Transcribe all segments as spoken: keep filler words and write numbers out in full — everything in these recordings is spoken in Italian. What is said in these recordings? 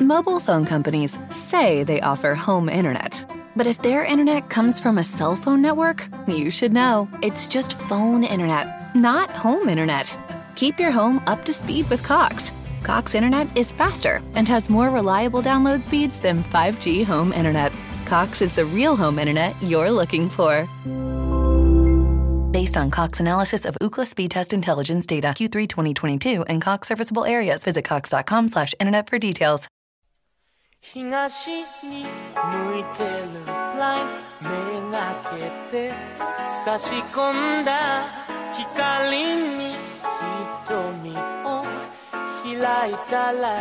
Mobile phone companies say they offer home internet. But if their internet comes from a cell phone network, you should know. It's just phone internet, not home internet. Keep your home up to speed with Cox. Cox Internet is faster and has more reliable download speeds than five G home internet. Cox is the real home internet you're looking for. Based on Cox analysis of Ookla speed test intelligence data Q three twenty twenty-two and Cox serviceable areas. Visit cox.com slash internet for details. 東に向いてるラインめがけて差し込んだ光に瞳を開いたら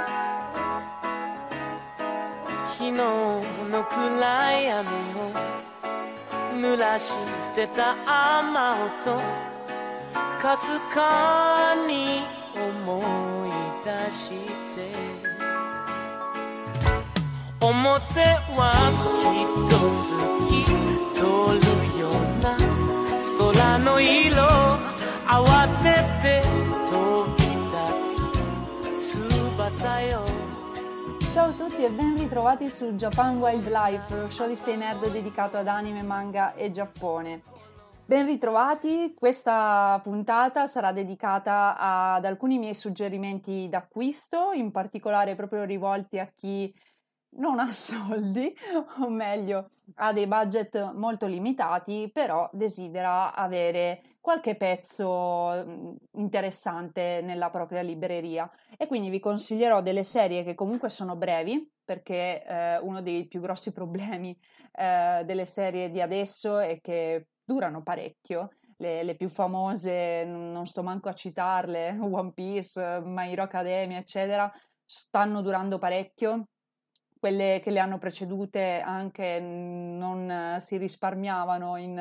昨日の暗闇を濡らしてた雨音かすかに思い出して表はきっと好き通るような空の色慌てて飛び立つ翼よ。 Ciao a tutti e ben ritrovati su Japan Wildlife, lo show di Stay Nerd dedicato ad anime, manga e Giappone. Ben ritrovati, questa puntata sarà dedicata ad alcuni miei suggerimenti d'acquisto, in particolare proprio rivolti a chi non ha soldi, o meglio, ha dei budget molto limitati, però desidera avere qualche pezzo interessante nella propria libreria. E quindi vi consiglierò delle serie che comunque sono brevi, perché eh, uno dei più grossi problemi eh, delle serie di adesso è che durano parecchio. Le, le più famose, non sto manco a citarle, One Piece, My Hero Academia, eccetera, stanno durando parecchio. Quelle che le hanno precedute anche non si risparmiavano in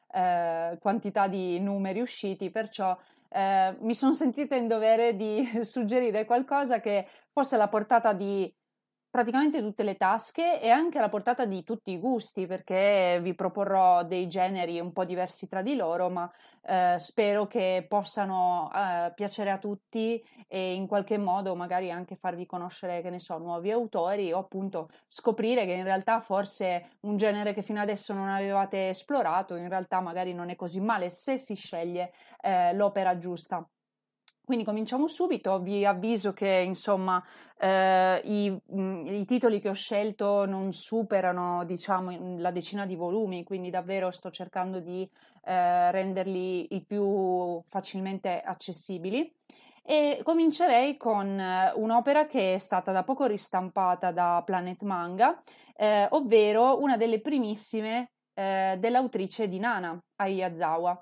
eh, quantità di numeri usciti, perciò eh, mi sono sentita in dovere di suggerire qualcosa che fosse alla portata di praticamente tutte le tasche e anche alla portata di tutti i gusti, perché vi proporrò dei generi un po' diversi tra di loro, ma eh, spero che possano eh, piacere a tutti e in qualche modo magari anche farvi conoscere, che ne so, nuovi autori o appunto scoprire che in realtà forse un genere che fino adesso non avevate esplorato in realtà magari non è così male se si sceglie eh, l'opera giusta. Quindi cominciamo subito, vi avviso che insomma eh, i, i titoli che ho scelto non superano diciamo la decina di volumi, quindi davvero sto cercando di eh, renderli il più facilmente accessibili. E comincerei con un'opera che è stata da poco ristampata da Planet Manga, eh, ovvero una delle primissime eh, dell'autrice di Nana, Ai Yazawa.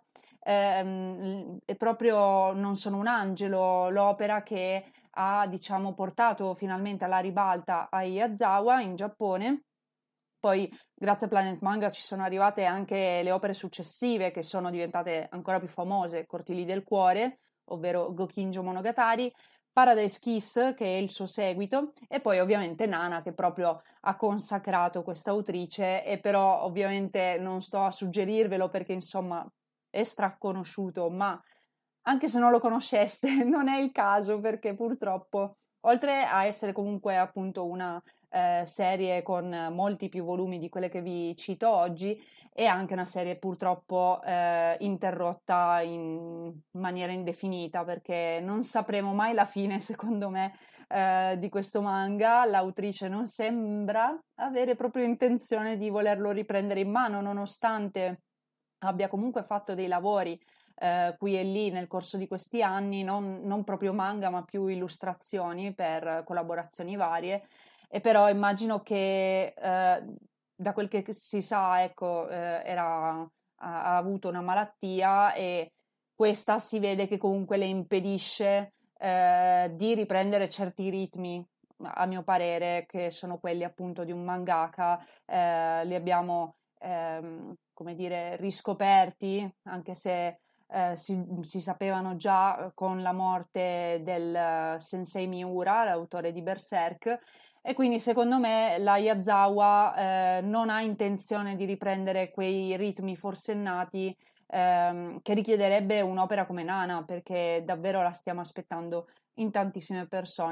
Eh, è proprio Non sono un angelo, l'opera che ha diciamo portato finalmente alla ribalta Ai Yazawa in Giappone. Poi grazie a Planet Manga ci sono arrivate anche le opere successive che sono diventate ancora più famose, Cortili del cuore, ovvero Gokinjo Monogatari, Paradise Kiss che è il suo seguito e poi ovviamente Nana che proprio ha consacrato questa autrice e però ovviamente non sto a suggerirvelo perché insomma è straconosciuto, ma anche se non lo conosceste non è il caso perché purtroppo oltre a essere comunque appunto una eh, serie con molti più volumi di quelle che vi cito oggi è anche una serie purtroppo eh, interrotta in maniera indefinita perché non sapremo mai la fine secondo me eh, di questo manga. L'autrice non sembra avere proprio intenzione di volerlo riprendere in mano nonostante abbia comunque fatto dei lavori eh, qui e lì nel corso di questi anni, non, non proprio manga ma più illustrazioni per collaborazioni varie, e però immagino che eh, da quel che si sa ecco eh, era, ha, ha avuto una malattia e questa si vede che comunque le impedisce eh, di riprendere certi ritmi a mio parere che sono quelli appunto di un mangaka. Eh, li abbiamo ehm, come dire, riscoperti, anche se eh, si, si sapevano già con la morte del Sensei Miura, l'autore di Berserk, e quindi secondo me la Yazawa eh, non ha intenzione di riprendere quei ritmi forsennati ehm, che richiederebbe un'opera come Nana, perché davvero la stiamo aspettando in tantissime persone.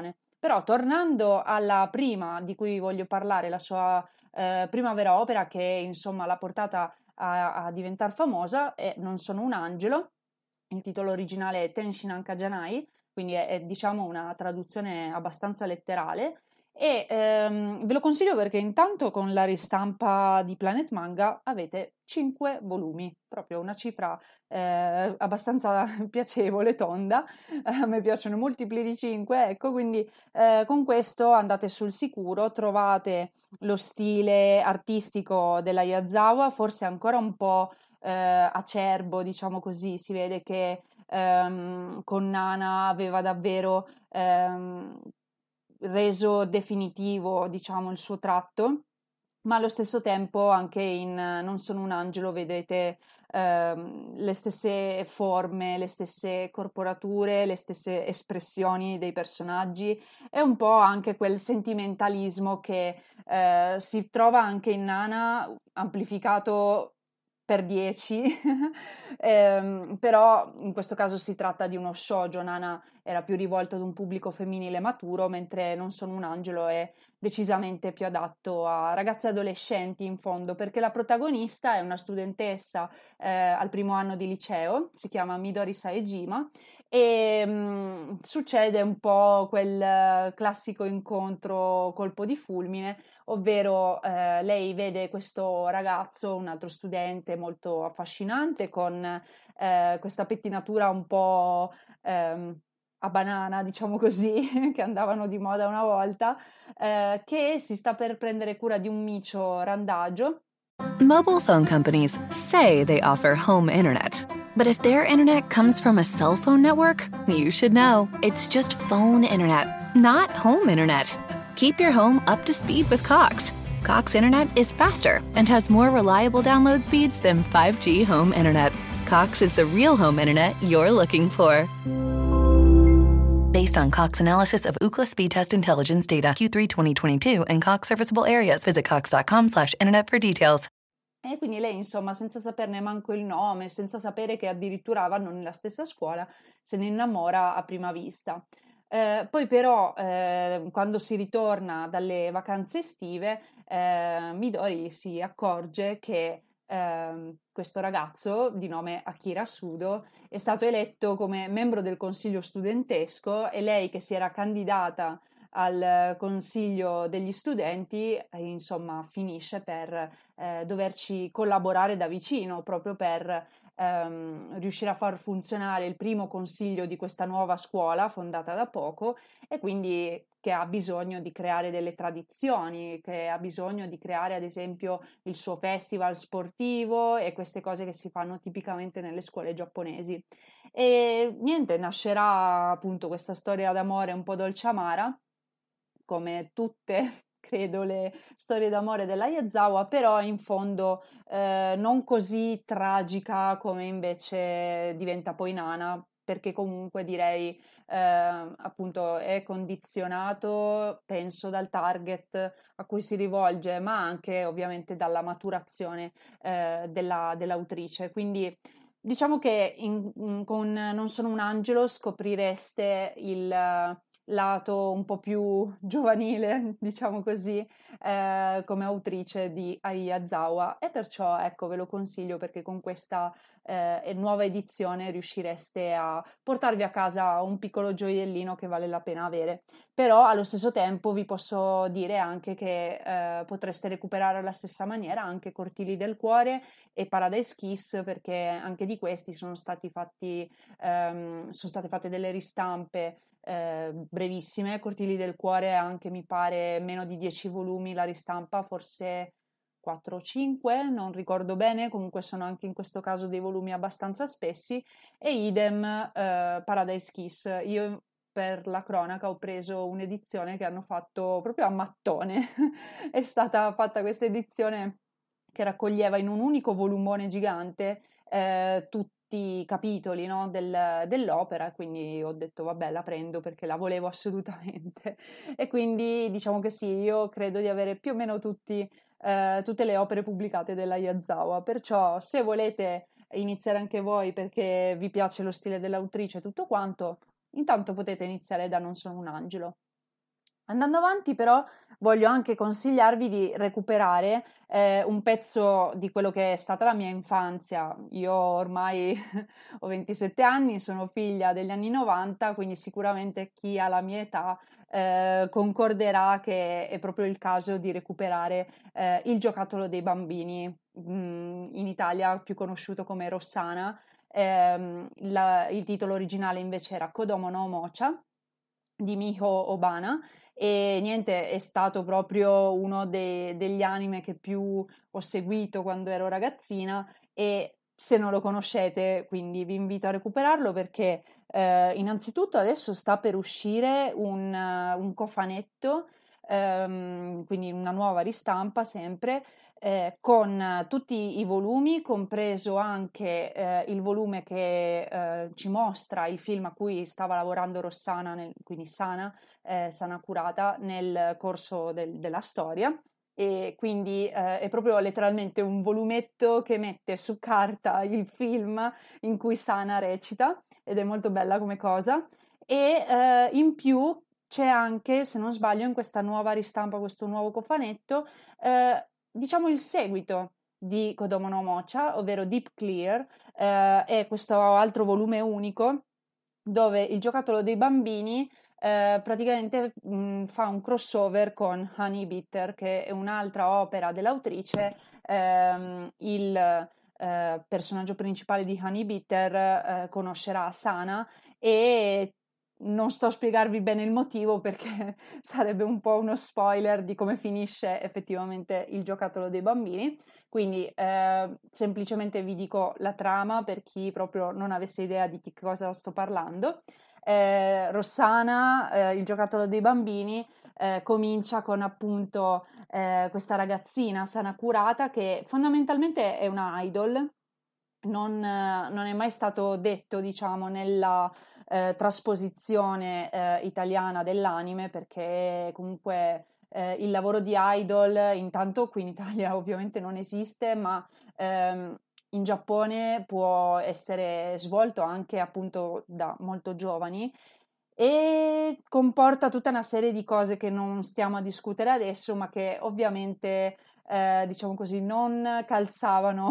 Però tornando alla prima di cui voglio parlare, la sua eh, prima vera opera che insomma l'ha portata a, a diventare famosa, è Non sono un angelo. Il titolo originale è Tenshin Anka-janai, quindi è, è diciamo una traduzione abbastanza letterale. E ehm, ve lo consiglio perché intanto con la ristampa di Planet Manga avete cinque volumi, proprio una cifra eh, abbastanza piacevole, tonda. A me piacciono multipli di cinque, ecco, quindi eh, con questo andate sul sicuro, trovate lo stile artistico della Yazawa, forse ancora un po' eh, acerbo, diciamo così, si vede che ehm, con Nana aveva davvero ehm, reso definitivo, diciamo, il suo tratto, ma allo stesso tempo anche in eh, Non sono un angelo vedete ehm, le stesse forme, le stesse corporature, le stesse espressioni dei personaggi e un po' anche quel sentimentalismo che eh, si trova anche in Nana amplificato per dieci, ehm, però in questo caso si tratta di uno shoujo. Nana era più rivolto ad un pubblico femminile maturo, mentre Non sono un angelo è decisamente più adatto a ragazze adolescenti in fondo, perché la protagonista è una studentessa eh, al primo anno di liceo, si chiama Midori Saejima e mh, succede un po' quel eh, classico incontro colpo di fulmine, ovvero eh, lei vede questo ragazzo, un altro studente molto affascinante con eh, questa pettinatura un po' ehm, a banana, diciamo così, che andavano di moda una volta, eh, che si sta per prendere cura di un micio randagio. Mobile phone companies say they offer home internet. But if their internet comes from a cell phone network, you should know. It's just phone internet, not home internet. Keep your home up to speed with Cox. Cox internet is faster and has more reliable download speeds than five G home internet. Cox is the real home internet you're looking for. Based on Cox analysis of Ookla speed test intelligence data Q three twenty twenty-two and Cox serviceable areas. Visit cox.com slash internet for details. E quindi lei, insomma, senza saperne manco il nome, senza sapere che addirittura vanno nella stessa scuola, se ne innamora a prima vista. Eh, poi però, eh, quando si ritorna dalle vacanze estive, eh, Midori si accorge che eh, questo ragazzo di nome Akira Sudo è stato eletto come membro del consiglio studentesco e lei, che si era candidata al consiglio degli studenti, eh, insomma, finisce per eh, doverci collaborare da vicino proprio per ehm, riuscire a far funzionare il primo consiglio di questa nuova scuola fondata da poco e quindi che ha bisogno di creare delle tradizioni, che ha bisogno di creare ad esempio il suo festival sportivo e queste cose che si fanno tipicamente nelle scuole giapponesi. E niente, nascerà appunto questa storia d'amore un po' dolce amara, come tutte, credo, le storie d'amore della Yazawa, però in fondo eh, non così tragica come invece diventa poi Nana, perché comunque direi eh, appunto è condizionato, penso, dal target a cui si rivolge, ma anche ovviamente dalla maturazione eh, della, dell'autrice. Quindi diciamo che in, con Non sono un angelo scoprireste il lato un po' più giovanile, diciamo così, eh, come autrice di Ai Yazawa e perciò ecco ve lo consiglio perché con questa eh, nuova edizione riuscireste a portarvi a casa un piccolo gioiellino che vale la pena avere. Però allo stesso tempo vi posso dire anche che eh, potreste recuperare alla stessa maniera anche Cortili del Cuore e Paradise Kiss, perché anche di questi sono stati fatti ehm, sono state fatte delle ristampe eh, brevissime. Cortili del Cuore anche mi pare meno di dieci volumi la ristampa, forse quattro o cinque, non ricordo bene, comunque sono anche in questo caso dei volumi abbastanza spessi e idem eh, Paradise Kiss. Io per la cronaca ho preso un'edizione che hanno fatto proprio a mattone, è stata fatta questa edizione che raccoglieva in un unico volumone gigante eh, tutti i capitoli, no, del, dell'opera, quindi ho detto vabbè la prendo perché la volevo assolutamente e quindi diciamo che sì, io credo di avere più o meno tutti, eh, tutte le opere pubblicate della Yazawa, perciò se volete iniziare anche voi perché vi piace lo stile dell'autrice e tutto quanto, intanto potete iniziare da Non sono un angelo. Andando avanti però voglio anche consigliarvi di recuperare eh, un pezzo di quello che è stata la mia infanzia. Io ormai ho ventisette anni, sono figlia degli anni novanta, quindi sicuramente chi ha la mia età eh, concorderà che è proprio il caso di recuperare eh, Il giocattolo dei bambini, mh, in Italia più conosciuto come Rossana. Ehm, la- il titolo originale invece era Kodomo no Omocha di Miho Obana e niente, è stato proprio uno de- degli anime che più ho seguito quando ero ragazzina e se non lo conoscete, quindi vi invito a recuperarlo perché eh, innanzitutto adesso sta per uscire un, eh, un cofanetto, ehm, quindi una nuova ristampa sempre eh, con eh, tutti i volumi, compreso anche eh, il volume che eh, ci mostra il film a cui stava lavorando Rossana, nel- quindi Sana, eh, Sana Curata, nel corso del- della storia. E quindi eh, è proprio letteralmente un volumetto che mette su carta il film in cui Sana recita ed è molto bella come cosa. E eh, in più c'è anche, se non sbaglio, in questa nuova ristampa, questo nuovo cofanetto, eh, diciamo il seguito di Kodomo no Mocha, ovvero Deep Clear, eh, è questo altro volume unico dove il giocattolo dei bambini eh, praticamente mh, fa un crossover con Honey Bitter, che è un'altra opera dell'autrice. Ehm, il eh, personaggio principale di Honey Bitter eh, conoscerà Sana e non sto a spiegarvi bene il motivo perché sarebbe un po' uno spoiler di come finisce effettivamente il giocattolo dei bambini. Quindi eh, semplicemente vi dico la trama per chi proprio non avesse idea di che cosa sto parlando. Eh, Rossana, eh, il giocattolo dei bambini, eh, comincia con appunto eh, questa ragazzina Sana Curata che fondamentalmente è una idol. Non, eh, non è mai stato detto, diciamo, nella eh, trasposizione eh, italiana dell'anime perché comunque eh, il lavoro di idol intanto qui in Italia ovviamente non esiste, ma ehm, in Giappone può essere svolto anche appunto da molto giovani e comporta tutta una serie di cose che non stiamo a discutere adesso, ma che ovviamente, eh, diciamo così, non calzavano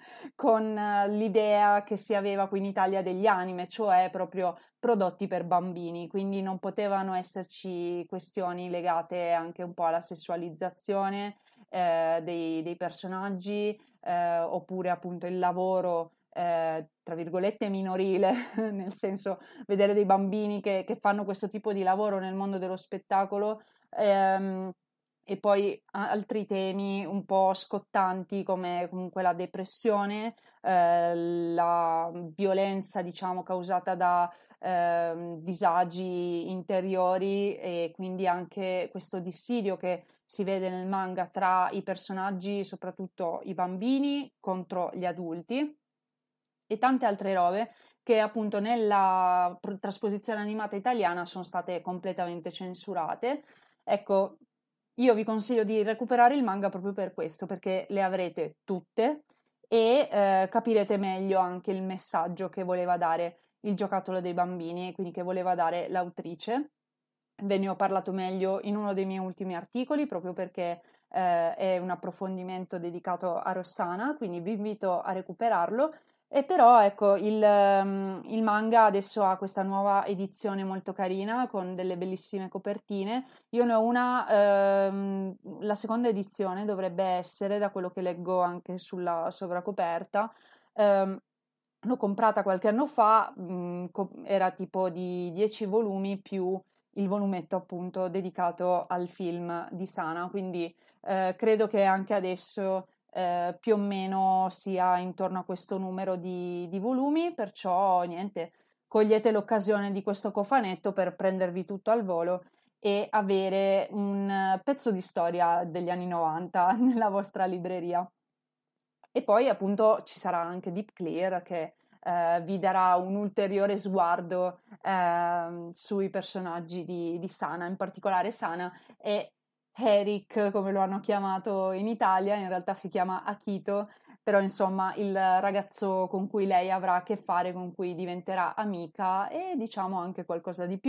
con eh, l'idea che si aveva qui in Italia degli anime, cioè proprio prodotti per bambini, quindi non potevano esserci questioni legate anche un po' alla sessualizzazione eh, dei, dei personaggi, eh, oppure appunto il lavoro, eh, tra virgolette, minorile, nel senso vedere dei bambini che, che fanno questo tipo di lavoro nel mondo dello spettacolo. Ehm, e poi altri temi un po' scottanti come comunque la depressione, eh, la violenza, diciamo, causata da eh, disagi interiori e quindi anche questo dissidio che si vede nel manga tra i personaggi, soprattutto i bambini, contro gli adulti e tante altre robe che appunto nella pr- trasposizione animata italiana sono state completamente censurate. Ecco, io vi consiglio di recuperare il manga proprio per questo, perché le avrete tutte e eh, capirete meglio anche il messaggio che voleva dare il giocattolo dei bambini, quindi che voleva dare l'autrice. Ve ne ho parlato meglio in uno dei miei ultimi articoli, proprio perché eh, è un approfondimento dedicato a Rossana, quindi vi invito a recuperarlo. E però ecco, il, um, il manga adesso ha questa nuova edizione molto carina con delle bellissime copertine. Io ne ho una, ehm, la seconda edizione dovrebbe essere, da quello che leggo anche sulla sovracoperta. Ehm, L'ho comprata qualche anno fa, mh, co- era tipo di dieci volumi più il volumetto appunto dedicato al film di Sana, quindi eh, credo che anche adesso eh, più o meno sia intorno a questo numero di, di volumi, perciò niente, cogliete l'occasione di questo cofanetto per prendervi tutto al volo e avere un eh, pezzo di storia degli anni novanta nella vostra libreria. E poi appunto ci sarà anche Deep Clear che eh, vi darà un ulteriore sguardo ehm, sui personaggi di, di Sana, in particolare Sana e Eric, come lo hanno chiamato in Italia, in realtà si chiama Akito, però insomma il ragazzo con cui lei avrà a che fare, con cui diventerà amica e diciamo anche qualcosa di più,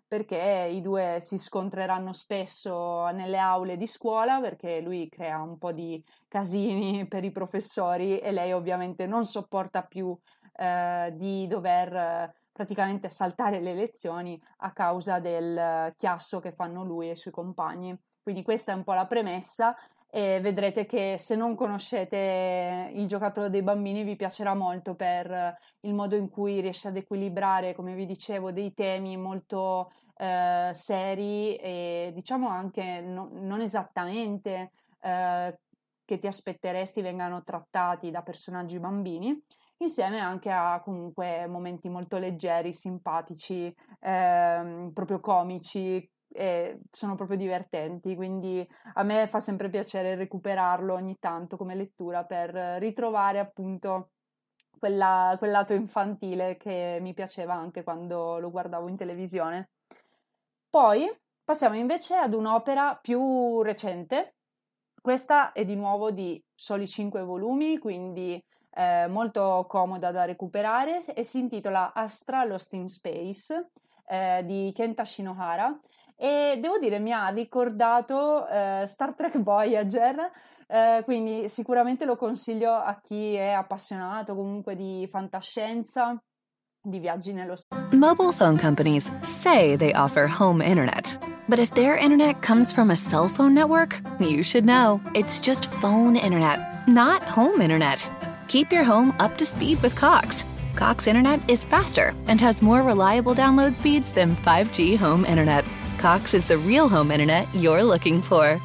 perché i due si scontreranno spesso nelle aule di scuola, perché lui crea un po' di casini per i professori e lei ovviamente non sopporta più eh, di dover eh, praticamente saltare le lezioni a causa del chiasso che fanno lui e i suoi compagni. Quindi questa è un po' la premessa e vedrete che se non conoscete Il giocattolo dei bambini vi piacerà molto per il modo in cui riesce ad equilibrare, come vi dicevo, dei temi molto eh, seri e diciamo anche no, non esattamente eh, che ti aspetteresti vengano trattati da personaggi bambini, insieme anche a comunque momenti molto leggeri, simpatici, ehm, proprio comici, e sono proprio divertenti, quindi a me fa sempre piacere recuperarlo ogni tanto come lettura per ritrovare appunto quella, quel lato infantile che mi piaceva anche quando lo guardavo in televisione. Poi passiamo invece ad un'opera più recente. Questa è di nuovo di soli cinque volumi, quindi eh, molto comoda da recuperare e si intitola Astra Lost in Space eh, di Kenta Shinohara e devo dire mi ha ricordato eh, Star Trek Voyager, eh, quindi sicuramente lo consiglio a chi è appassionato comunque di fantascienza, di viaggi nello spazio. Mobile phone companies say they offer home internet. But if their internet comes from a cell phone network, you should know. It's just phone internet, not home internet. Keep your home up to speed with Cox. Cox internet is faster and has more reliable download speeds than five G home internet. Cox is the real home internet you're looking for.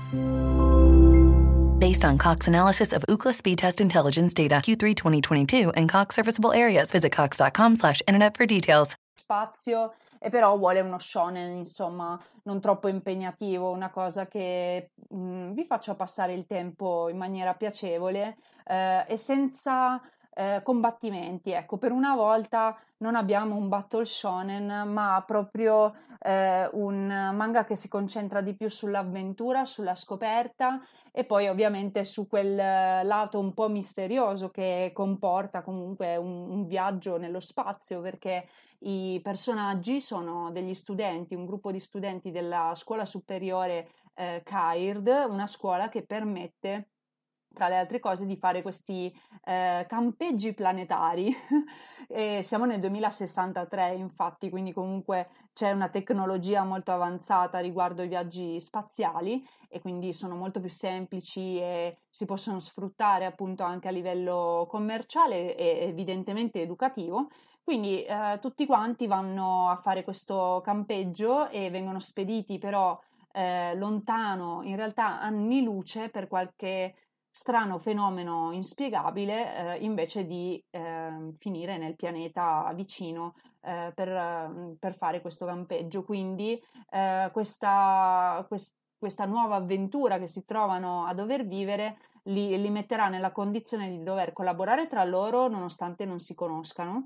Based on Cox analysis of Ookla speed test intelligence data Q three twenty twenty-two and Cox serviceable areas. Visit cox.com slash internet for details. Spazio e però vuole uno shonen, insomma, non troppo impegnativo, una cosa che mh, vi faccia passare il tempo in maniera piacevole eh, e senza eh, combattimenti. Ecco, per una volta non abbiamo un battle shonen, ma proprio eh, un manga che si concentra di più sull'avventura, sulla scoperta e poi ovviamente su quel lato un po' misterioso che comporta comunque un, un viaggio nello spazio, perché i personaggi sono degli studenti, un gruppo di studenti della scuola superiore eh, Caird, una scuola che permette, tra le altre cose, di fare questi eh, campeggi planetari. E siamo nel duemilasessantatré, infatti, quindi comunque c'è una tecnologia molto avanzata riguardo ai viaggi spaziali e quindi sono molto più semplici e si possono sfruttare appunto anche a livello commerciale e evidentemente educativo. Quindi eh, tutti quanti vanno a fare questo campeggio e vengono spediti però eh, lontano, in realtà anni luce, per qualche strano fenomeno inspiegabile, eh, invece di eh, finire nel pianeta vicino eh, per, per fare questo campeggio. Quindi eh, questa, quest- questa nuova avventura che si trovano a dover vivere li, li metterà nella condizione di dover collaborare tra loro nonostante non si conoscano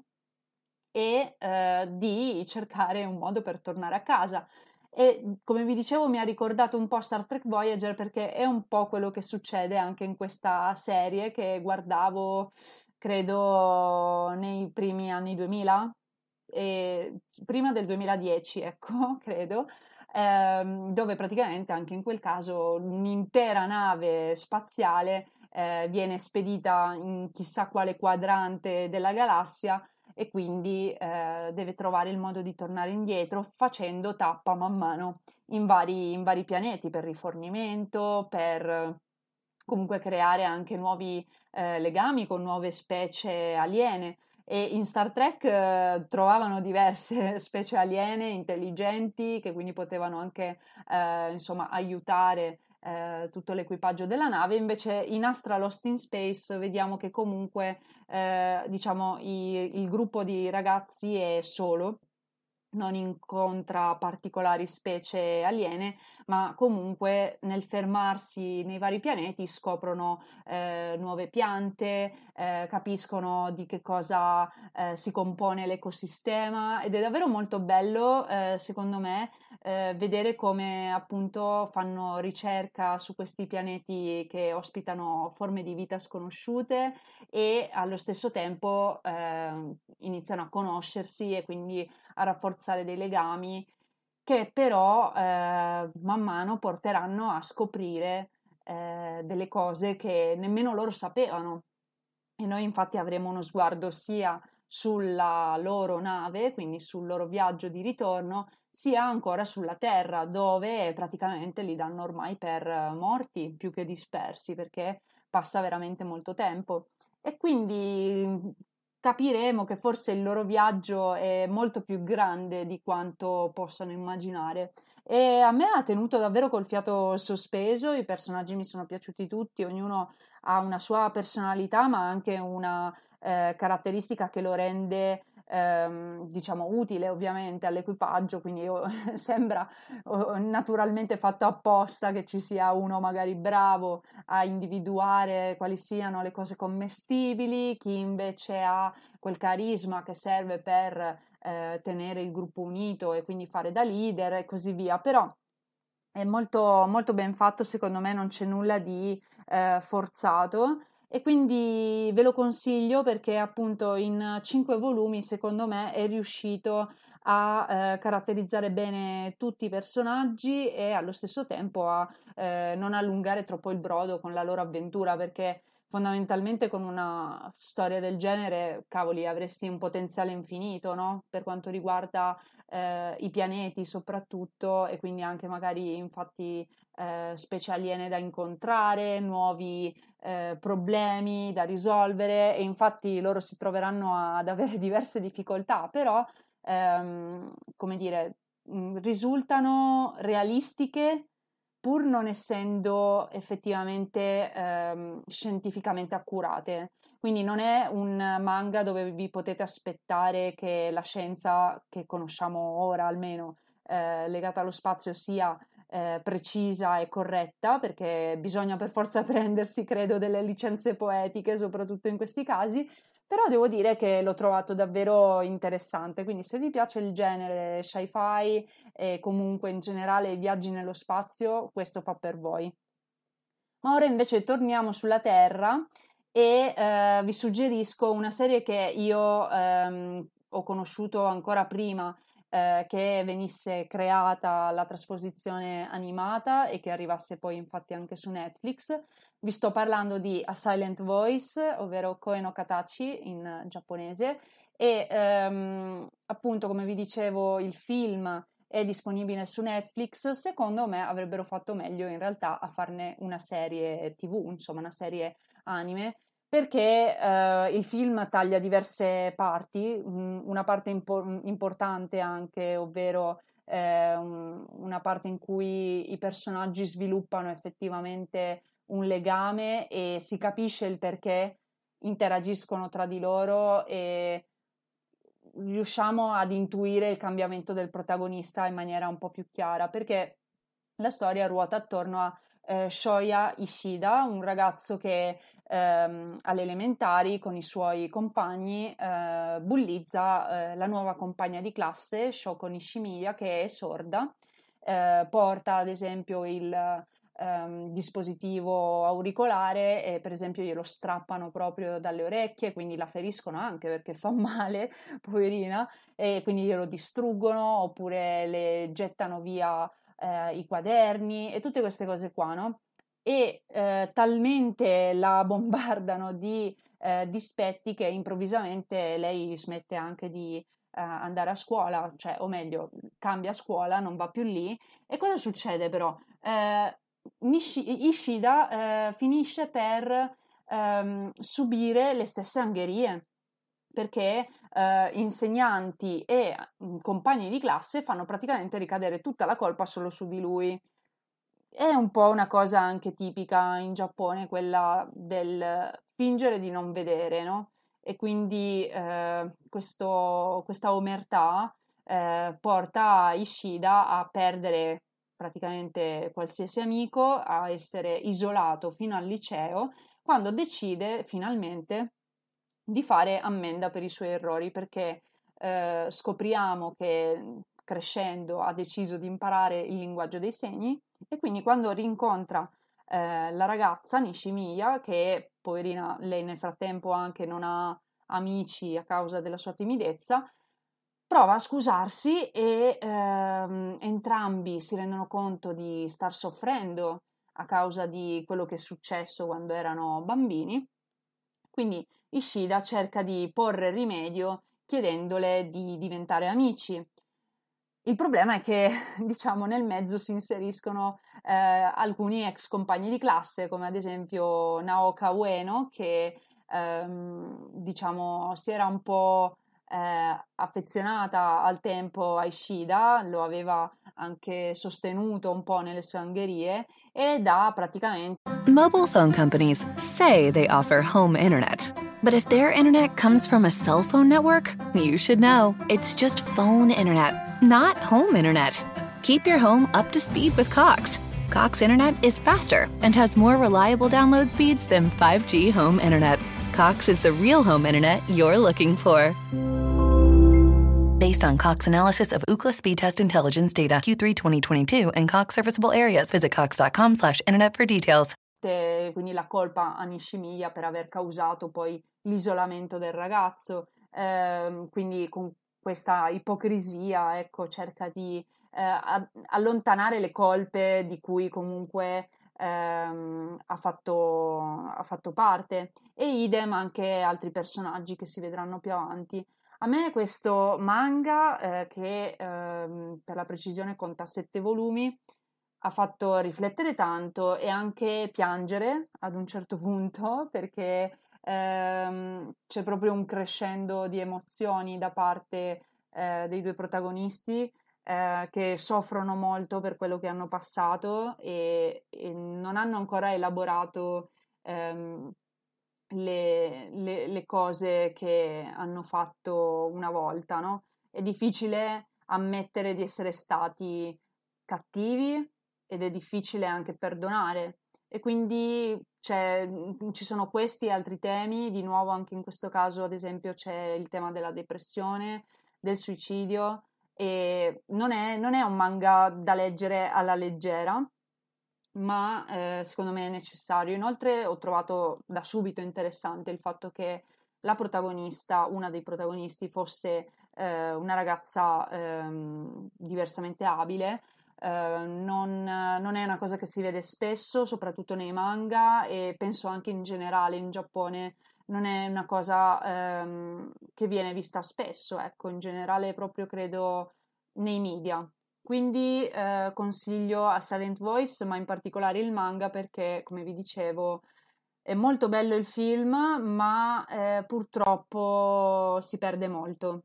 e eh, di cercare un modo per tornare a casa. E come vi dicevo mi ha ricordato un po' Star Trek Voyager perché è un po' quello che succede anche in questa serie che guardavo credo nei primi anni duemila, e prima del duemiladieci, ecco, credo, ehm, dove praticamente anche in quel caso un'intera nave spaziale eh, viene spedita in chissà quale quadrante della galassia e quindi eh, deve trovare il modo di tornare indietro facendo tappa man mano in vari, in vari pianeti per rifornimento, per eh, comunque creare anche nuovi eh, legami con nuove specie aliene. E in Star Trek eh, trovavano diverse specie aliene intelligenti che quindi potevano anche eh, insomma aiutare eh, tutto l'equipaggio della nave. Invece in Astra Lost in Space vediamo che comunque eh, diciamo i, il gruppo di ragazzi è solo, non incontra particolari specie aliene, ma comunque nel fermarsi nei vari pianeti scoprono eh, nuove piante, eh, capiscono di che cosa eh, si compone l'ecosistema ed è davvero molto bello, eh, secondo me, eh, vedere come appunto fanno ricerca su questi pianeti che ospitano forme di vita sconosciute e allo stesso tempo eh, iniziano a conoscersi e quindi a rafforzare dei legami che però eh, man mano porteranno a scoprire eh, delle cose che nemmeno loro sapevano. E noi infatti avremo uno sguardo sia sulla loro nave, quindi sul loro viaggio di ritorno, sia ancora sulla Terra, dove praticamente li danno ormai per morti più che dispersi, perché passa veramente molto tempo. E quindi capiremo che forse il loro viaggio è molto più grande di quanto possano immaginare. E a me ha tenuto davvero col fiato sospeso, i personaggi mi sono piaciuti tutti, ognuno ha una sua personalità, ma anche una eh, caratteristica che lo rende ehm, diciamo utile ovviamente all'equipaggio, quindi oh, sembra oh, naturalmente fatto apposta che ci sia uno magari bravo a individuare quali siano le cose commestibili, chi invece ha quel carisma che serve per eh, tenere il gruppo unito e quindi fare da leader e così via. Però è molto, molto ben fatto, secondo me non c'è nulla di eh, forzato e quindi ve lo consiglio perché appunto in cinque volumi secondo me è riuscito a eh, caratterizzare bene tutti i personaggi e allo stesso tempo a eh, non allungare troppo il brodo con la loro avventura, perché fondamentalmente con una storia del genere, cavoli, avresti un potenziale infinito, no? Per quanto riguarda eh, i pianeti soprattutto, e quindi anche magari infatti eh, specie aliene da incontrare, nuovi eh, problemi da risolvere, e infatti loro si troveranno ad avere diverse difficoltà, però ehm, come dire, mh, risultano realistiche pur non essendo effettivamente ehm, scientificamente accurate. Quindi non è un manga dove vi potete aspettare che la scienza che conosciamo ora, almeno eh, legata allo spazio, sia eh, precisa e corretta, perché bisogna per forza prendersi, credo, delle licenze poetiche, soprattutto in questi casi. Però devo dire che l'ho trovato davvero interessante, quindi se vi piace il genere sci-fi e comunque in generale i viaggi nello spazio, questo fa per voi. Ma ora invece torniamo sulla Terra e eh, vi suggerisco una serie che io ehm, ho conosciuto ancora prima eh, che venisse creata la trasposizione animata e che arrivasse poi infatti anche su Netflix. Vi sto parlando di A Silent Voice, ovvero Koe no Katachi in giapponese, e ehm, appunto, come vi dicevo, il film è disponibile su Netflix. Secondo me avrebbero fatto meglio in realtà a farne una serie T V, insomma una serie anime, perché eh, il film taglia diverse parti, mh, una parte impo- importante anche, ovvero eh, un- una parte in cui i personaggi sviluppano effettivamente un legame e si capisce il perché interagiscono tra di loro e riusciamo ad intuire il cambiamento del protagonista in maniera un po' più chiara, perché la storia ruota attorno a eh, Shoya Ishida, un ragazzo che ehm, alle elementari con i suoi compagni eh, bullizza eh, la nuova compagna di classe, Shoko Nishimiya, che è sorda, eh, porta ad esempio il ehm, dispositivo auricolare e per esempio glielo strappano proprio dalle orecchie, quindi la feriscono anche perché fa male, poverina, e quindi glielo distruggono oppure le gettano via eh, i quaderni e tutte queste cose qua, no? E eh, talmente la bombardano di eh, dispetti che improvvisamente lei smette anche di eh, andare a scuola, cioè, o meglio, cambia scuola, non va più lì. E cosa succede però? Eh, Nishi- Ishida eh, finisce per ehm, subire le stesse angherie perché eh, insegnanti e mh, compagni di classe fanno praticamente ricadere tutta la colpa solo su di lui. È un po' una cosa anche tipica in Giappone, quella del fingere di non vedere, no? E quindi eh, questo- questa omertà eh, porta Ishida a perdere praticamente qualsiasi amico, a essere isolato fino al liceo, quando decide finalmente di fare ammenda per i suoi errori, perché eh, scopriamo che crescendo ha deciso di imparare il linguaggio dei segni e quindi quando rincontra eh, la ragazza Nishimiya, che poverina lei nel frattempo anche non ha amici a causa della sua timidezza, prova a scusarsi e ehm, entrambi si rendono conto di star soffrendo a causa di quello che è successo quando erano bambini. Quindi Ishida cerca di porre rimedio chiedendole di diventare amici. Il problema è che, diciamo, nel mezzo si inseriscono eh, alcuni ex compagni di classe, come ad esempio Naoka Ueno, che ehm, diciamo si era un po' eh, affezionata al tempo a Ishida, lo aveva anche sostenuto un po' nelle sue angherie ed ha praticamente. Mobile phone companies say they offer home internet. But if their internet comes from a cell phone network, you should know. It's just phone internet, not home internet. Keep your home up to speed with Cox. Cox Internet is faster and has more reliable download speeds than five G home internet. Cox is the real home internet you're looking for. Based on Cox analysis of Ookla speed test intelligence data Q three twenty twenty-two and Cox serviceable areas. Visit cox.com slash internet for details. Quindi la colpa a Nishimiya per aver causato poi l'isolamento del ragazzo, eh, quindi con questa ipocrisia, ecco, cerca di eh, allontanare le colpe di cui comunque ehm, ha, fatto, ha fatto parte, e idem anche altri personaggi che si vedranno più avanti. A me questo manga, eh, che ehm, per la precisione conta sette volumi, ha fatto riflettere tanto e anche piangere ad un certo punto, perché ehm, c'è proprio un crescendo di emozioni da parte eh, dei due protagonisti, eh, che soffrono molto per quello che hanno passato e, e non hanno ancora elaborato ehm, le, le, le cose che hanno fatto una volta, no? È difficile ammettere di essere stati cattivi ed è difficile anche perdonare, e quindi c'è, ci sono questi e altri temi. Di nuovo anche in questo caso ad esempio c'è il tema della depressione, del suicidio, e non è, non è un manga da leggere alla leggera, ma eh, secondo me è necessario. Inoltre ho trovato da subito interessante il fatto che la protagonista, una dei protagonisti, fosse eh, una ragazza ehm, diversamente abile. Eh, non, non è una cosa che si vede spesso, soprattutto nei manga, e penso anche in generale in Giappone non è una cosa ehm, che viene vista spesso, ecco, in generale proprio credo nei media. Quindi eh, consiglio a Silent Voice, ma in particolare il manga, perché, come vi dicevo, è molto bello il film, ma eh, purtroppo si perde molto.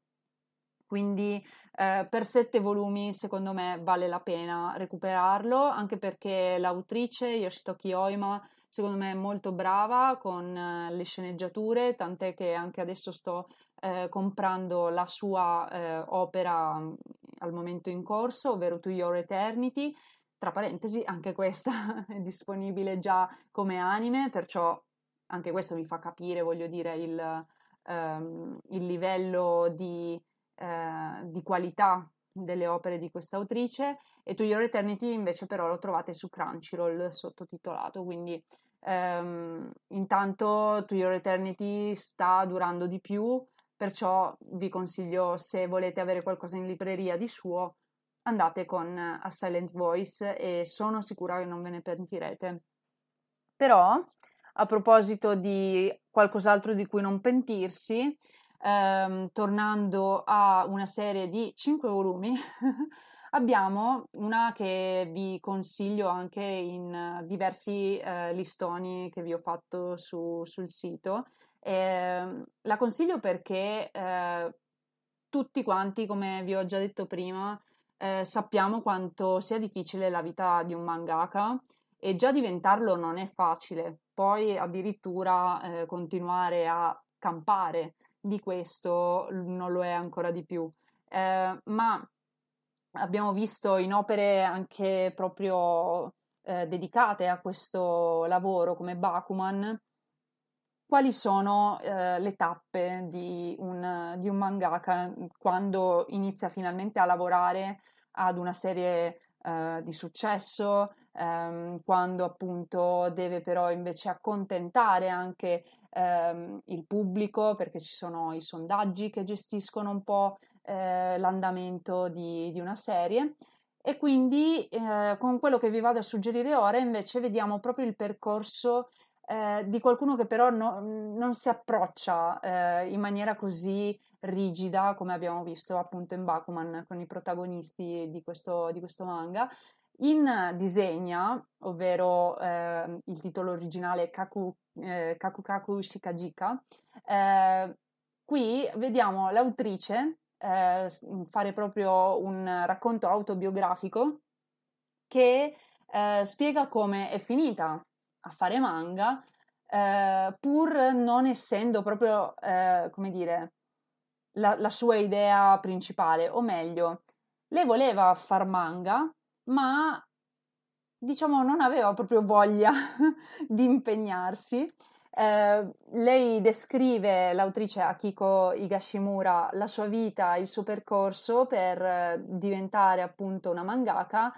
Quindi eh, per sette volumi, secondo me, vale la pena recuperarlo, anche perché l'autrice Yoshitoki Oima, secondo me, è molto brava con eh, le sceneggiature, tant'è che anche adesso sto eh, comprando la sua eh, opera mh, al momento in corso, ovvero To Your Eternity. Tra parentesi, anche questa è disponibile già come anime, perciò anche questo vi fa capire, voglio dire, il, ehm, il livello di eh, di qualità delle opere di questa autrice. E To Your Eternity invece però lo trovate su Crunchyroll sottotitolato, quindi ehm, intanto To Your Eternity sta durando di più, perciò vi consiglio, se volete avere qualcosa in libreria di suo, andate con A Silent Voice e sono sicura che non ve ne pentirete. Però, a proposito di qualcos'altro di cui non pentirsi, ehm, tornando a una serie di cinque volumi, abbiamo una che vi consiglio anche in eh, diversi eh, listoni che vi ho fatto su- sul sito. Ehm, la consiglio perché eh, tutti quanti, come vi ho già detto prima, eh, sappiamo quanto sia difficile la vita di un mangaka, e già diventarlo non è facile, poi addirittura eh, continuare a campare di questo non lo è ancora di più. Eh, ma abbiamo visto in opere anche proprio eh, dedicate a questo lavoro come Bakuman quali sono eh, le tappe di un, di un mangaka quando inizia finalmente a lavorare ad una serie eh, di successo, ehm, quando appunto deve però invece accontentare anche ehm, il pubblico, perché ci sono i sondaggi che gestiscono un po' eh, l'andamento di, di una serie. E quindi eh, con quello che vi vado a suggerire ora invece vediamo proprio il percorso eh, di qualcuno che però no, non si approccia eh, in maniera così rigida come abbiamo visto appunto in Bakuman con i protagonisti di questo, di questo manga. In disegna, ovvero eh, il titolo originale Kaku, eh, Kaku Kaku Shikajika, eh, qui vediamo l'autrice eh, fare proprio un racconto autobiografico che eh, spiega come è finita a fare manga, eh, pur non essendo proprio, eh, come dire, la, la sua idea principale, o meglio, lei voleva far manga, ma diciamo non aveva proprio voglia di impegnarsi. Eh, lei descrive, l'autrice Akiko Higashimura, la sua vita, il suo percorso per eh, diventare appunto una mangaka.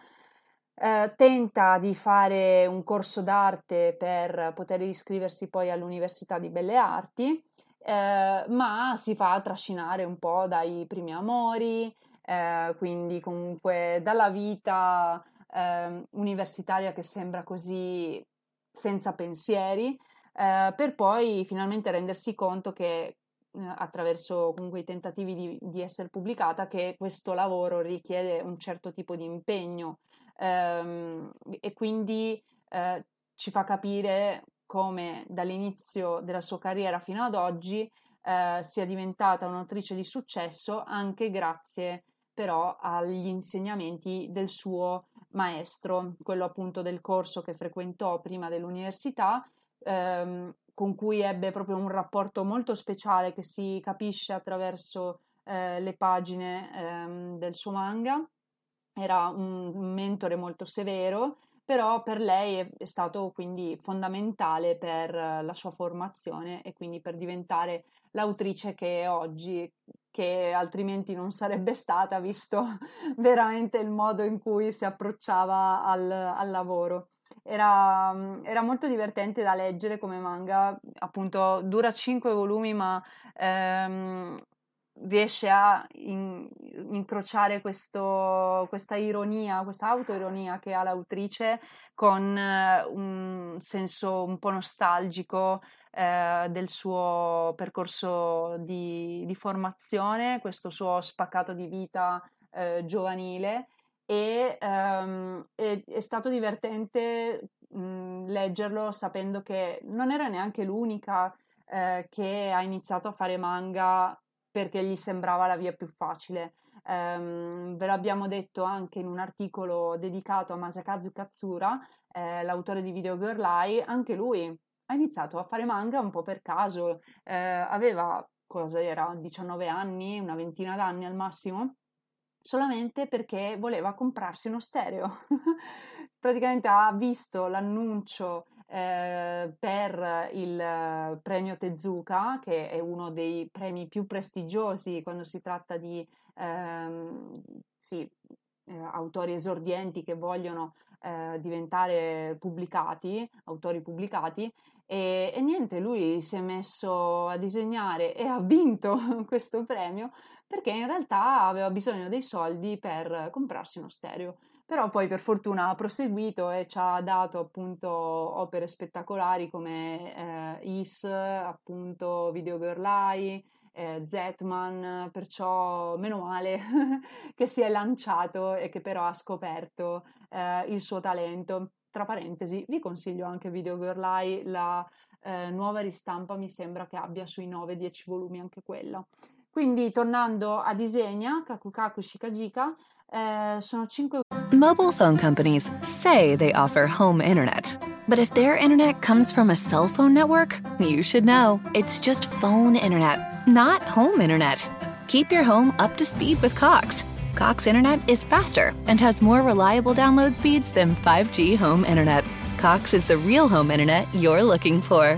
Eh, tenta di fare un corso d'arte per poter iscriversi poi all'Università di Belle Arti, eh, ma si fa trascinare un po' dai primi amori, eh, quindi comunque dalla vita eh, universitaria che sembra così senza pensieri, eh, per poi finalmente rendersi conto che eh, attraverso comunque i tentativi di, di essere pubblicata che questo lavoro richiede un certo tipo di impegno, ehm, e quindi eh, ci fa capire come dall'inizio della sua carriera fino ad oggi eh, sia diventata un'autrice di successo anche grazie però agli insegnamenti del suo maestro, quello appunto del corso che frequentò prima dell'università, ehm, con cui ebbe proprio un rapporto molto speciale che si capisce attraverso eh, le pagine ehm, del suo manga. Era un, un mentore molto severo, però per lei è, è stato quindi fondamentale per la sua formazione e quindi per diventare l'autrice che è oggi, che altrimenti non sarebbe stata, visto veramente il modo in cui si approcciava al, al lavoro. Era, era molto divertente da leggere come manga, appunto dura cinque volumi, ma ehm, riesce a in, incrociare questo, questa ironia, questa autoironia che ha l'autrice con eh, un senso un po' nostalgico eh, del suo percorso di, di formazione, questo suo spaccato di vita eh, giovanile. E ehm, è, è stato divertente mh, leggerlo sapendo che non era neanche l'unica eh, che ha iniziato a fare manga perché gli sembrava la via più facile. Um, ve l'abbiamo detto anche in un articolo dedicato a Masakazu Katsura, eh, l'autore di Video Girl Eye. Anche lui ha iniziato a fare manga un po' per caso, eh, aveva, cosa era, diciannove anni, una ventina d'anni al massimo, solamente perché voleva comprarsi uno stereo. Praticamente ha visto l'annuncio eh, per il premio Tezuka, che è uno dei premi più prestigiosi quando si tratta di ehm, sì, eh, autori esordienti che vogliono eh, diventare pubblicati, autori pubblicati, e, e niente, lui si è messo a disegnare e ha vinto questo premio perché in realtà aveva bisogno dei soldi per comprarsi uno stereo. Però poi per fortuna ha proseguito e ci ha dato appunto opere spettacolari come eh, Is, appunto Video Girl Eye, eh, Zetman, perciò meno male che si è lanciato e che però ha scoperto eh, il suo talento. Tra parentesi, vi consiglio anche Video Girl Eye, la eh, nuova ristampa mi sembra che abbia sui nove dieci volumi anche quella. Quindi tornando a Disegna, Kaku Kaku Shikajika, eh, sono cinque. Mobile phone companies say they offer home internet. But if their internet comes from a cell phone network, you should know. It's just phone internet, not home internet. Keep your home up to speed with Cox. Cox Internet is faster and has more reliable download speeds than five G home internet. Cox is the real home internet you're looking for.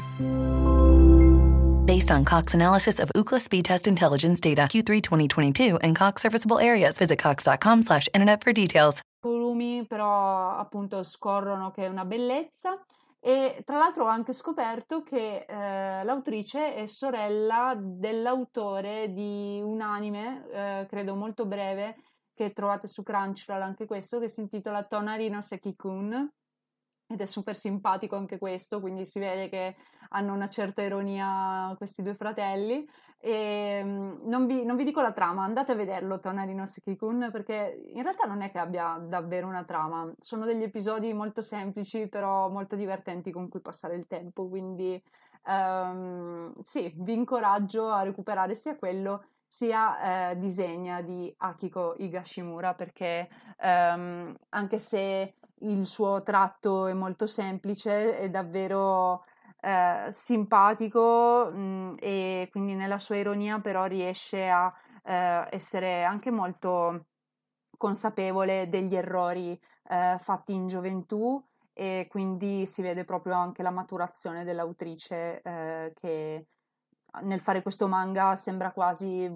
Based on Cox analysis of Ookla speed test intelligence data Q three twenty twenty-two and Cox serviceable areas. Visit cox.com slash internet for details. Volumi però appunto scorrono che è una bellezza E tra l'altro ho anche scoperto che eh, l'autrice è sorella dell'autore di un anime, eh, credo molto breve, che trovate su Crunchyroll anche questo, che si intitola Tonari no Seki-kun, ed è super simpatico anche questo, quindi si vede che hanno una certa ironia questi due fratelli. E mm, non vi, non vi dico la trama, andate a vederlo Tonari no Seki-kun, perché in realtà non è che abbia davvero una trama, sono degli episodi molto semplici però molto divertenti con cui passare il tempo, quindi ehm, sì, vi incoraggio a recuperare sia quello sia eh, Disegna di Akiko Higashimura, perché ehm, anche se il suo tratto è molto semplice, è davvero eh, simpatico, mh, e quindi nella sua ironia però riesce a eh, essere anche molto consapevole degli errori eh, fatti in gioventù, e quindi si vede proprio anche la maturazione dell'autrice eh, che nel fare questo manga sembra quasi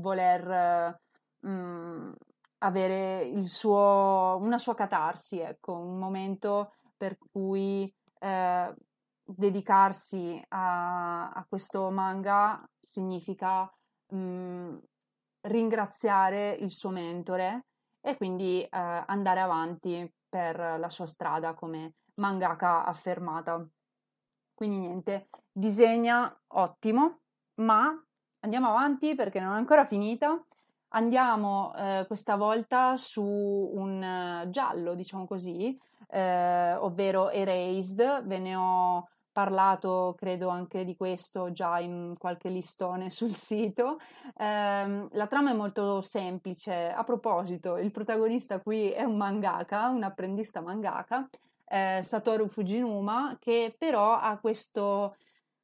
voler eh, mh, avere il suo, una sua catarsi, ecco, un momento per cui eh, dedicarsi a, a questo manga significa mh, ringraziare il suo mentore e quindi eh, andare avanti per la sua strada come mangaka affermata. Quindi niente, disegna ottimo, ma andiamo avanti perché non è ancora finita. Andiamo eh, questa volta su un eh, giallo, diciamo così, eh, ovvero Erased. Ve ne ho parlato, credo, anche di questo già in qualche listone sul sito. Eh, la trama è molto semplice. A proposito, il protagonista qui è un mangaka, un apprendista mangaka, eh, Satoru Fujinuma, che però ha questo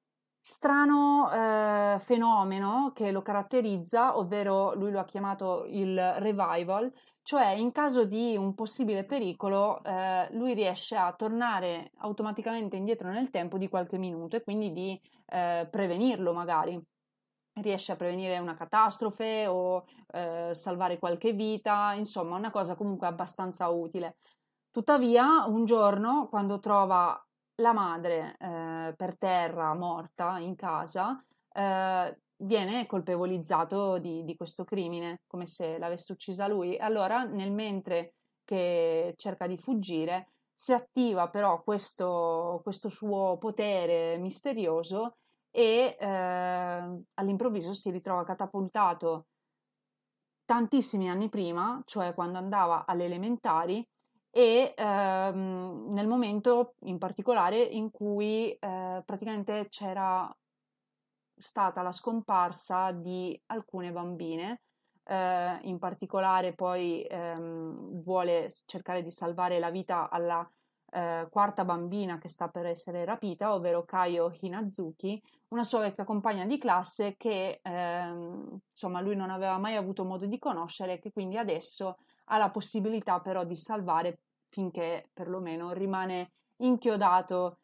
strano eh, fenomeno che lo caratterizza, ovvero lui lo ha chiamato il revival, cioè in caso di un possibile pericolo eh, lui riesce a tornare automaticamente indietro nel tempo di qualche minuto e quindi di eh, prevenirlo magari. Riesce a prevenire una catastrofe o eh, salvare qualche vita, insomma una cosa comunque abbastanza utile. Tuttavia, un giorno, quando trova la madre eh, per terra, morta in casa, eh, viene colpevolizzato di, di questo crimine, come se l'avesse uccisa lui. Allora, nel mentre che cerca di fuggire, si attiva però questo, questo suo potere misterioso e eh, all'improvviso si ritrova catapultato tantissimi anni prima, cioè quando andava alle elementari, e ehm, nel momento in particolare in cui eh, praticamente c'era stata la scomparsa di alcune bambine, eh, in particolare poi ehm, vuole cercare di salvare la vita alla eh, quarta bambina che sta per essere rapita, ovvero Kaio Hinazuki, una sua vecchia compagna di classe che ehm, insomma lui non aveva mai avuto modo di conoscere e che quindi adesso ha la possibilità però di salvare finché perlomeno rimane inchiodato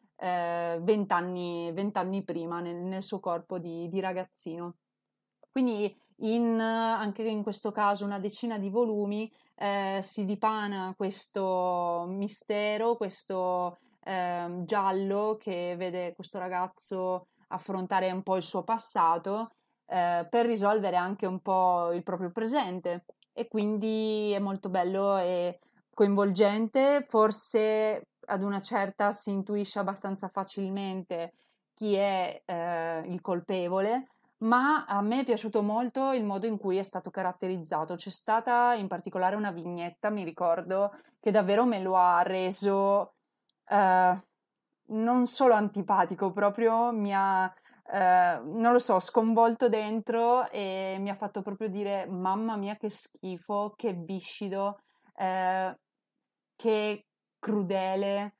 vent'anni eh, prima nel, nel, suo corpo di, di ragazzino. Quindi in, anche in questo caso una decina di volumi eh, si dipana questo mistero, questo eh, giallo che vede questo ragazzo affrontare un po' il suo passato eh, per risolvere anche un po' il proprio presente, e quindi è molto bello e coinvolgente. Forse ad una certa si intuisce abbastanza facilmente chi è eh, il colpevole, ma a me è piaciuto molto il modo in cui è stato caratterizzato. C'è stata in particolare una vignetta, mi ricordo, che davvero me lo ha reso eh, non solo antipatico, proprio mi ha, eh, non lo so, sconvolto dentro e mi ha fatto proprio dire: mamma mia, che schifo, che viscido, eh, che crudele.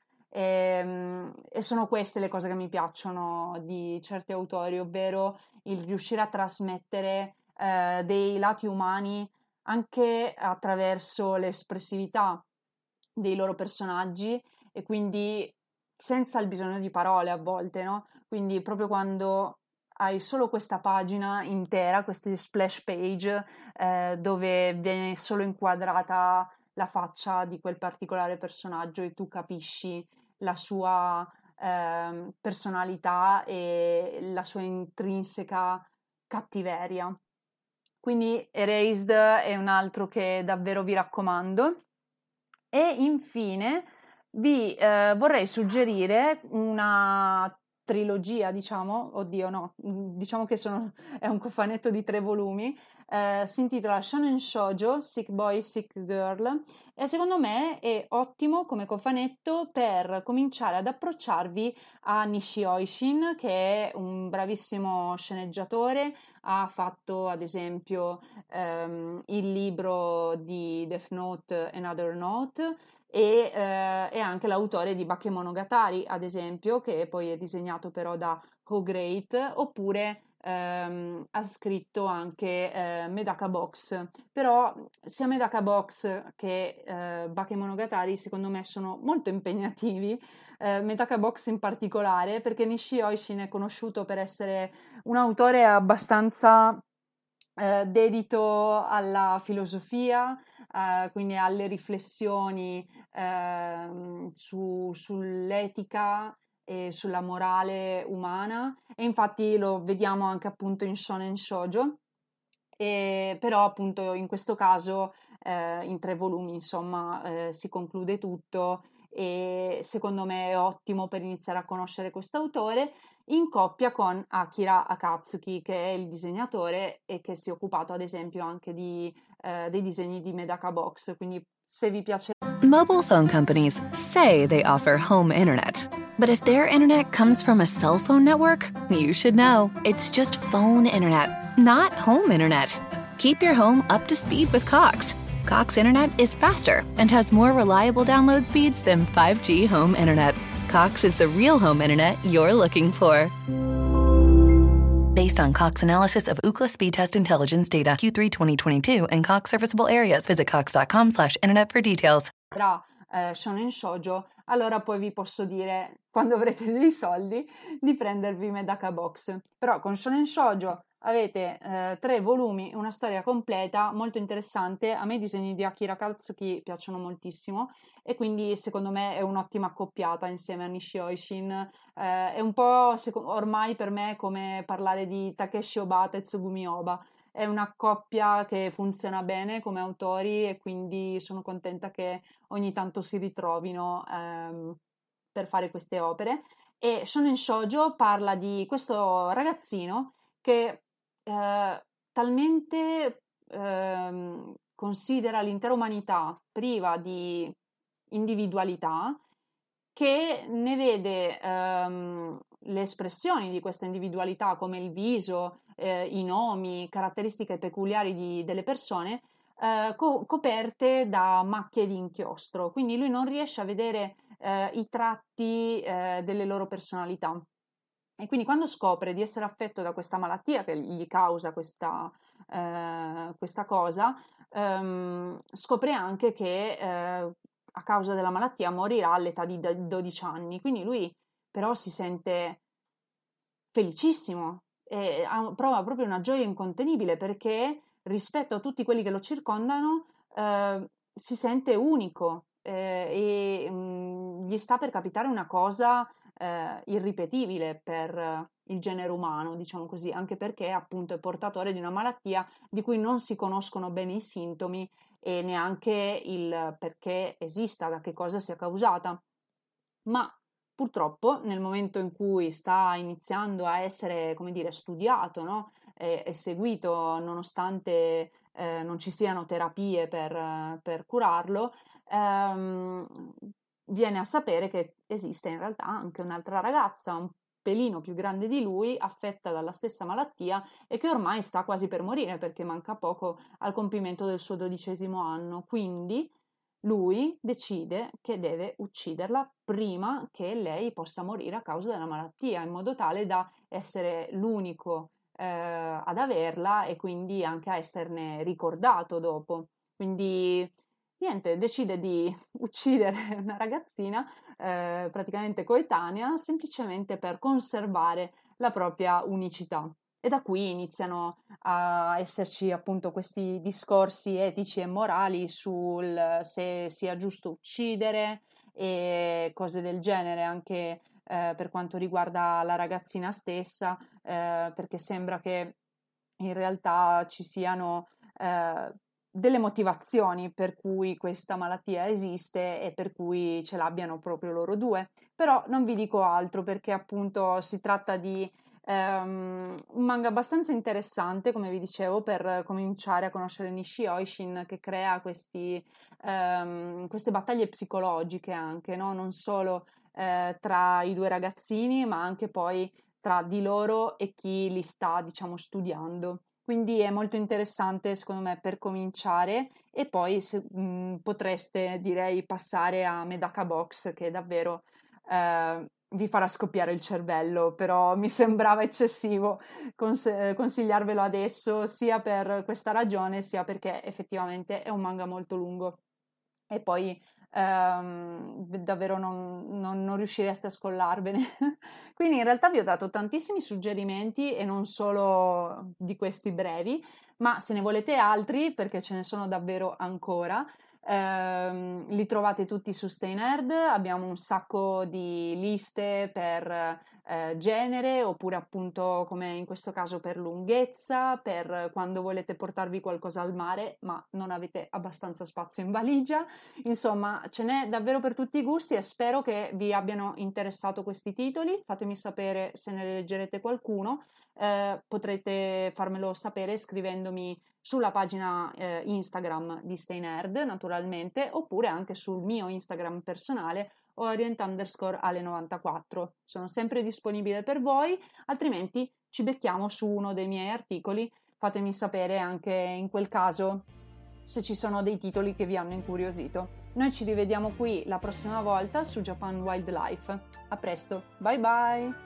E, e sono queste le cose che mi piacciono di certi autori, ovvero il riuscire a trasmettere eh, dei lati umani anche attraverso l'espressività dei loro personaggi, e quindi senza il bisogno di parole a volte, no? Quindi proprio quando hai solo questa pagina intera, queste splash page, eh, dove viene solo inquadrata la faccia di quel particolare personaggio e tu capisci la sua eh, personalità e la sua intrinseca cattiveria. Quindi Erased è un altro che davvero vi raccomando. E infine vi eh, vorrei suggerire una trilogia, diciamo, oddio no, diciamo che sono, è un cofanetto di tre volumi, eh, si intitola Shonen Shoujo, Sick Boy, Sick Girl, e secondo me è ottimo come cofanetto per cominciare ad approcciarvi a Nishi Oishin, che è un bravissimo sceneggiatore, ha fatto ad esempio ehm, il libro di Death Note Another Note, e eh, è anche l'autore di Bakemonogatari, ad esempio, che poi è disegnato però da How Great, oppure ehm, ha scritto anche eh, Medaka Box. Però sia Medaka Box che eh, Bakemonogatari secondo me sono molto impegnativi, eh, Medaka Box in particolare, perché Nishi Oishin è conosciuto per essere un autore abbastanza eh, dedito alla filosofia, eh, quindi alle riflessioni eh, su, sull'etica e sulla morale umana, e infatti lo vediamo anche appunto in Shonen Shoujo, e però appunto in questo caso eh, in tre volumi insomma eh, si conclude tutto, e secondo me è ottimo per iniziare a conoscere questo autore, in coppia con Akira Akatsuki, che è il disegnatore e che si è occupato ad esempio anche di, eh, dei disegni di Medaka Box, quindi se vi piace. Mobile phone companies say they offer home internet. But if their internet comes from a cell phone network, you should know. It's just phone internet, not home internet. Keep your home up to speed with Cox. Cox Internet is faster and has more reliable download speeds than five G home internet. Cox is the real home internet you're looking for. Based on Cox analysis of Ookla speed test intelligence data Q three twenty twenty-two and Cox serviceable areas. Visit cox.com slash internet for details. Tra eh, Shonen Shoujo, allora poi vi posso dire, quando avrete dei soldi, di prendervi Medaka Box. Però con Shonen Shoujo avete eh, tre volumi, una storia completa, molto interessante. A me i disegni di Akira Akatsuki piacciono moltissimo e quindi secondo me è un'ottima accoppiata insieme a Nishi Oishin. Eh, è un po' seco- ormai per me come parlare di Takeshi Obata e Tsugumi Oba. È una coppia che funziona bene come autori e quindi sono contenta che ogni tanto si ritrovino ehm, per fare queste opere. E Shonen Shoujo parla di questo ragazzino che eh, talmente ehm, considera l'intera umanità priva di individualità che ne vede ehm, le espressioni di questa individualità come il viso, eh, i nomi, caratteristiche peculiari di, delle persone eh, co- coperte da macchie di inchiostro, quindi lui non riesce a vedere eh, i tratti eh, delle loro personalità. E quindi quando scopre di essere affetto da questa malattia che gli causa questa, eh, questa cosa, ehm, scopre anche che eh, a causa della malattia morirà all'età di dodici anni. Quindi lui però si sente felicissimo e ha, prova proprio una gioia incontenibile perché rispetto a tutti quelli che lo circondano eh, si sente unico eh, e mh, gli sta per capitare una cosa eh, irripetibile per eh, il genere umano, diciamo così, anche perché appunto è portatore di una malattia di cui non si conoscono bene i sintomi e neanche il perché esista, da che cosa sia causata. Ma purtroppo nel momento in cui sta iniziando a essere, come dire, studiato, no? e, e seguito nonostante eh, non ci siano terapie per, per curarlo, ehm, viene a sapere che esiste in realtà anche un'altra ragazza, un pelino più grande di lui, affetta dalla stessa malattia e che ormai sta quasi per morire perché manca poco al compimento del suo dodicesimo anno. Quindi lui decide che deve ucciderla prima che lei possa morire a causa della malattia, in modo tale da essere l'unico eh, ad averla e quindi anche a esserne ricordato dopo. Quindi niente, decide di uccidere una ragazzina eh, praticamente coetanea semplicemente per conservare la propria unicità. E da qui iniziano a esserci appunto questi discorsi etici e morali sul se sia giusto uccidere e cose del genere, anche eh, per quanto riguarda la ragazzina stessa, eh, perché sembra che in realtà ci siano eh, delle motivazioni per cui questa malattia esiste e per cui ce l'abbiano proprio loro due. Però non vi dico altro perché appunto si tratta di um, un manga abbastanza interessante, come vi dicevo, per cominciare a conoscere Nishi Oishin, che crea questi, um, queste battaglie psicologiche anche, no? Non solo eh, tra i due ragazzini, ma anche poi tra di loro e chi li sta, diciamo, studiando. Quindi è molto interessante, secondo me, per cominciare, e poi se, mh, potreste, direi, passare a Medaka Box, che davvero eh, vi farà scoppiare il cervello, però mi sembrava eccessivo cons- consigliarvelo adesso, sia per questa ragione, sia perché effettivamente è un manga molto lungo. E poi ehm, davvero non, non, non riuscireste a scollarvene. Quindi in realtà vi ho dato tantissimi suggerimenti e non solo di questi brevi, ma se ne volete altri, perché ce ne sono davvero ancora, ehm, li trovate tutti su Stay Nerd. Abbiamo un sacco di liste per eh, genere, oppure appunto come in questo caso per lunghezza, per quando volete portarvi qualcosa al mare ma non avete abbastanza spazio in valigia. Insomma, ce n'è davvero per tutti i gusti e spero che vi abbiano interessato questi titoli. Fatemi sapere se ne leggerete qualcuno. Eh, potrete farmelo sapere scrivendomi sulla pagina eh, Instagram di Stay Nerd, naturalmente, oppure anche sul mio Instagram personale, orient underscore ale novantaquattro. Sono sempre disponibile per voi, altrimenti ci becchiamo su uno dei miei articoli. Fatemi sapere anche in quel caso se ci sono dei titoli che vi hanno incuriosito. Noi ci rivediamo qui la prossima volta su Japan Wildlife. A presto, bye bye!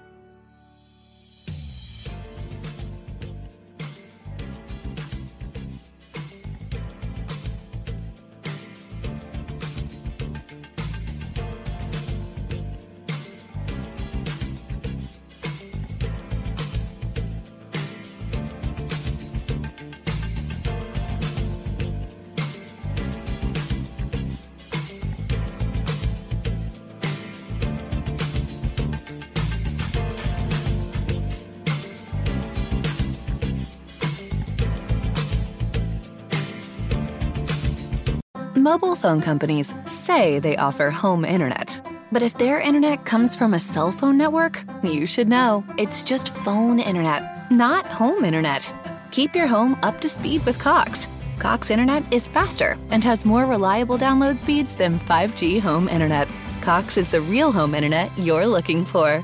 Mobile phone companies say they offer home internet. But if their internet comes from a cell phone network, you should know. It's just phone internet, not home internet. Keep your home up to speed with Cox. Cox Internet is faster and has more reliable download speeds than five G home internet. Cox is the real home internet you're looking for.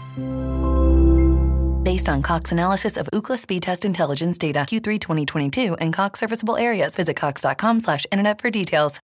Based on Cox analysis of Ookla speed test intelligence data Q three twenty twenty-two and Cox serviceable areas, visit cox dot com slash internet for details.